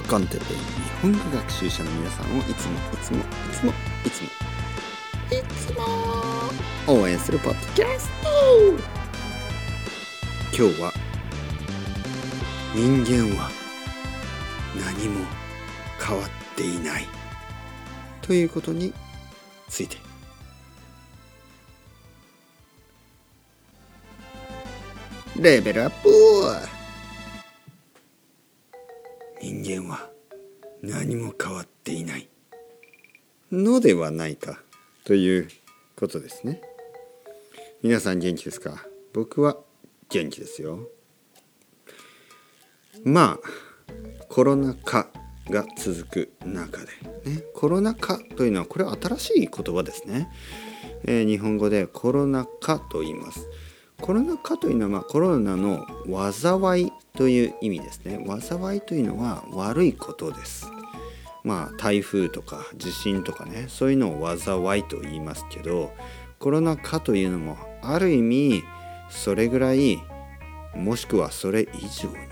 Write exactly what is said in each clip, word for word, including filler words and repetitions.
コンテッペイ日本語学習者の皆さんをいつもいつもいつもいつもいつも応援するポッドキャスト。今日は人間は何も変わっていないということについて。レベルアップ。人間は何も変わっていないのではないかということですね。皆さん元気ですか？僕は元気ですよ。まあコロナ禍が続く中でね、コロナ禍というのはこれは新しい言葉ですね。えー、日本語でコロナ禍と言います。コロナ禍というのは、まあ、コロナの災いという意味ですね。災いというのは悪いことです。まあ台風とか地震とかね、そういうのを災いと言いますけど、コロナ禍というのもある意味それぐらい、もしくはそれ以上に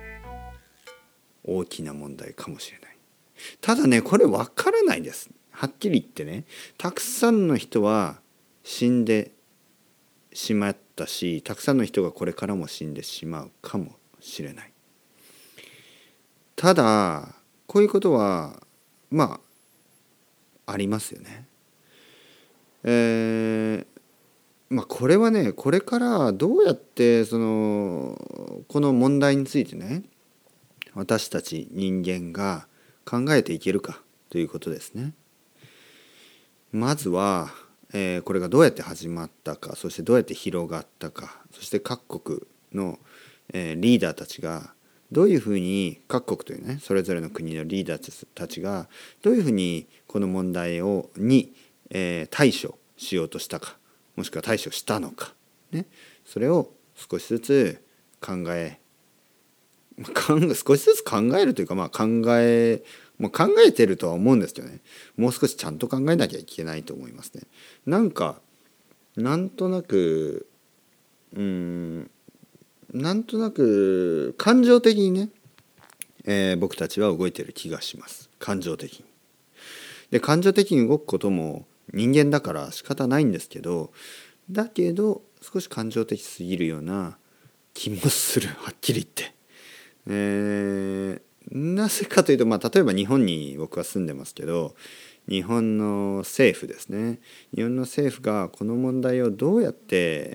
大きな問題かもしれない。ただね、これわからないです。はっきり言ってね、たくさんの人は死んでしまったし、たくさんの人がこれからも死んでしまうかもしれない。ただこういうことはまあありますよね。えー、まあこれはね、これからどうやってそのこの問題についてね、私たち人間が考えていけるかということですね。まずはえー、これがどうやって始まったか、そしてどうやって広がったか、そして各国の、えー、リーダーたちがどういうふうに、各国というね、それぞれの国のリーダーたちがどういうふうにこの問題をに、えー、対処しようとしたか、もしくは対処したのか、ね、それを少しずつ考え少しずつ考えるというか、まあ考えもう考えてるとは思うんですけどね、もう少しちゃんと考えなきゃいけないと思いますね。なんかなんとなくうーんなんとなく感情的にね、えー、僕たちは動いてる気がします。感情的に。で、感情的に動くことも人間だから仕方ないんですけど、だけど少し感情的すぎるような気もする、はっきり言って。えー、なぜかというと、まあ、例えば日本に僕は住んでますけど、日本の政府ですね、日本の政府がこの問題をどうやって、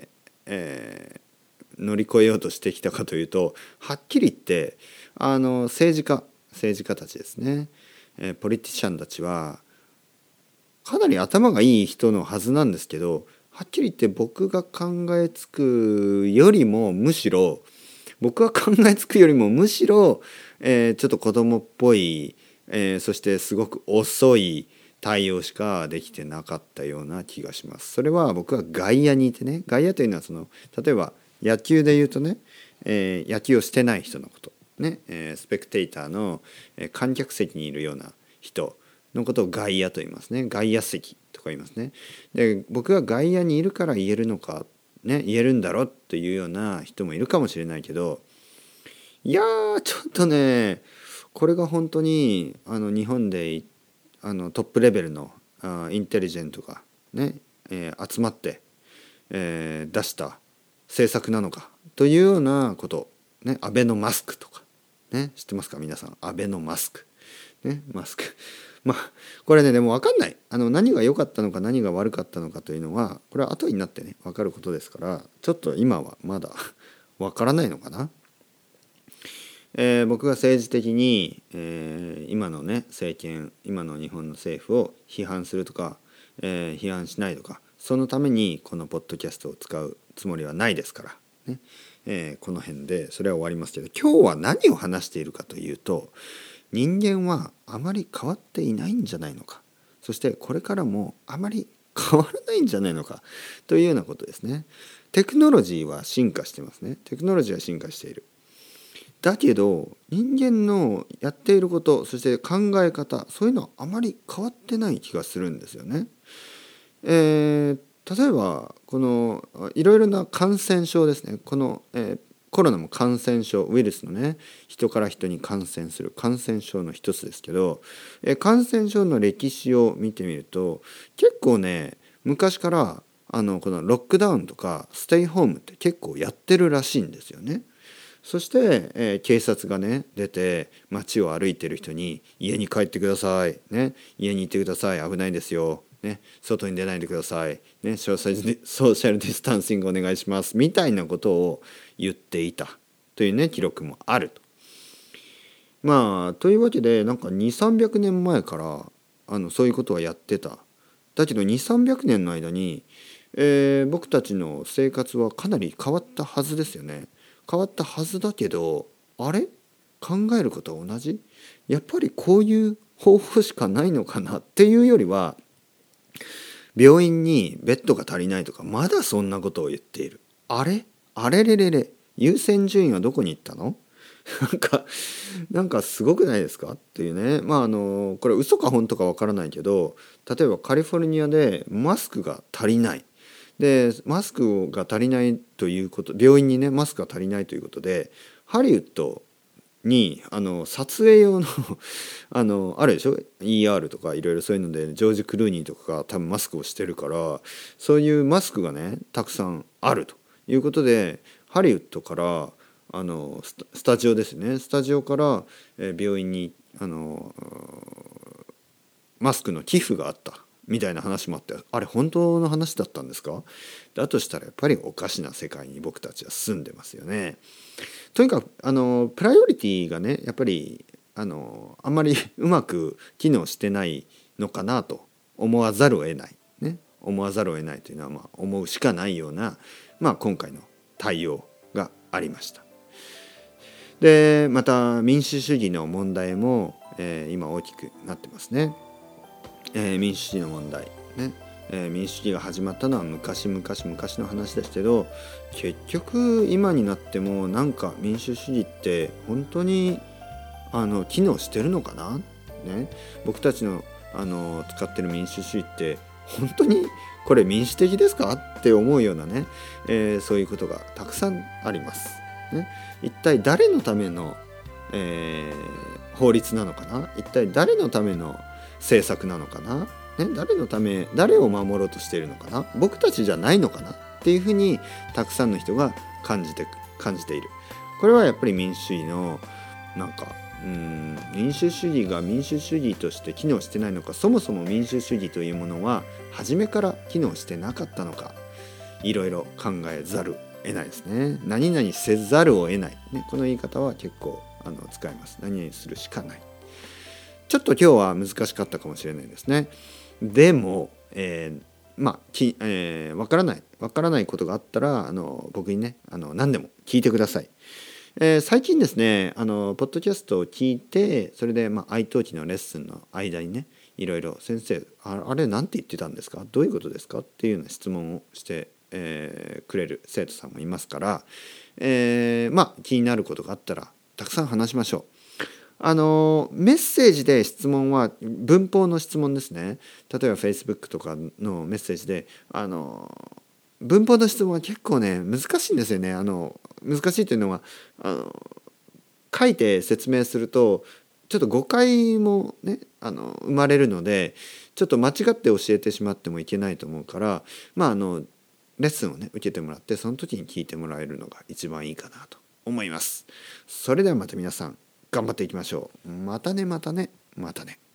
えー、乗り越えようとしてきたかというと、はっきり言ってあの政治家政治家たちですね、えー、ポリティシャンたちはかなり頭がいい人のはずなんですけど、はっきり言って僕が考えつくよりもむしろ僕が考えつくよりもむしろ、えー、ちょっと子供っぽい、えー、そしてすごく遅い対応しかできてなかったような気がします。それは僕が外野にいてね、外野というのはその例えば野球で言うとね、えー、野球をしてない人のことね、えー、スペクテーターの、えー、観客席にいるような人のことを外野と言いますね。外野席とか言いますね。で、僕が外野にいるから言えるのかね、言えるんだろっていうような人もいるかもしれないけど、いやーちょっとね、これが本当にあの日本であのトップレベルのあインテリジェントがね、えー、集まって、えー、出した政策なのかというようなことね。アベノマスクとかね、知ってますか皆さん？アベノマスクね、マスクまあこれね、でも分かんない。あの何が良かったのか何が悪かったのかというのはこれは後になってね分かることですから、ちょっと今はまだ分からないのかな。えー、僕が政治的に、えー、今のね政権、今の日本の政府を批判するとか、えー、批判しないとか、そのためにこのポッドキャストを使うつもりはないですからね。えー、この辺でそれは終わりますけど、今日は何を話しているかというと、人間はあまり変わっていないんじゃないのか、そしてこれからもあまり変わらないんじゃないのかというようなことですね。テクノロジーは進化してますね。テクノロジーは進化している。だけど人間のやっていること、そして考え方、そういうのはあまり変わってない気がするんですよね。えー、例えばこのいろいろな感染症ですね。この、えー、 コロナも感染症、ウイルスのね、人から人に感染する感染症の一つですけど、え感染症の歴史を見てみると結構ね、昔からあのこのロックダウンとかステイホームって結構やってるらしいんですよね。そして、えー、警察がね出て街を歩いてる人に家に帰ってください、ね、家に行ってください、危ないですよ、ね、外に出ないでください、ね、ソーシャル、ソーシャルディスタンシングお願いしますみたいなことを言っていたというね記録もあると。まあというわけでなんかにせんさんびゃくねんまえからあのそういうことはやってた。だけどにせんさんびゃくねんの間に、えー僕たちの生活はかなり変わったはずですよね。変わったはずだけど、あれ考えることは同じ？やっぱりこういう方法しかないのかなっていうよりは、病院にベッドが足りないとかまだそんなことを言っている。あれあれれれれ優先順位はどこに行ったの？なんかなんかすごくないですかっていうね。まああのこれ嘘か本当かわからないけど、例えばカリフォルニアでマスクが足りないでマスクが足りないということ、病院にねマスクが足りないということで、ハリウッドにあの撮影用のあのあるでしょ、 イーアール とかいろいろそういうのでジョージ・クルーニーとかが多分マスクをしてるから、そういうマスクがねたくさんあるということで、ハリウッドからあのスタ、スタジオですね、スタジオから、えー病院にあのマスクの寄付があったみたいな話もあって、あれ本当の話だったんですか？だとしたらやっぱりおかしな世界に僕たちは住んでますよね。とにかくあのプライオリティがねやっぱりあのあんまりうまく機能してないのかなと思わざるを得ない、ね、思わざるを得ないというのは、まあ、思うしかないような、まあ、今回の対応がありました。でまた民主主義の問題も、えー今大きくなってますね。えー民主主義の問題ね、えー民主主義が始まったのは昔々昔の話ですけど、結局今になってもなんか民主主義って本当にあの機能してるのかな、ね、僕たちの、あの使ってる民主主義って本当にこれ民主的ですかって思うようなね、えーそういうことがたくさんあります、ね、一体誰のための、えー法律なのかな、一体誰のための政策なのかな、ね、誰のため誰を守ろうとしているのかな、僕たちじゃないのかなっていうふうにたくさんの人が感じて感じている。これはやっぱり民主主義のなんかうーん民主主義が民主主義として機能してないのか、そもそも民主主義というものは初めから機能してなかったのか、いろいろ考えざるを得ないですね。何々せざるを得ない、ね、この言い方は結構あの使います。何々するしかない。ちょっと今日は難しかったかもしれないですね。でも、えー、まあき、えー、分からない分からないことがあったらあの僕にねあの何でも聞いてください。えー、最近ですねあのポッドキャストを聞いて、それで、まあ、愛登記のレッスンの間にねいろいろ先生 あ, あれなんて言ってたんですか、どういうことですかっていうような質問をして、えーくれる生徒さんもいますから、えー、まあ気になることがあったらたくさん話しましょう。あのメッセージで質問は文法の質問ですね。例えば Facebook とかのメッセージであの文法の質問は結構ね難しいんですよね。あの難しいというのはあの書いて説明するとちょっと誤解もねあの生まれるので、ちょっと間違って教えてしまってもいけないと思うから、まああのレッスンをね受けてもらって、その時に聞いてもらえるのが一番いいかなと思います。それではまた皆さん頑張っていきましょう。またねまたねまたね。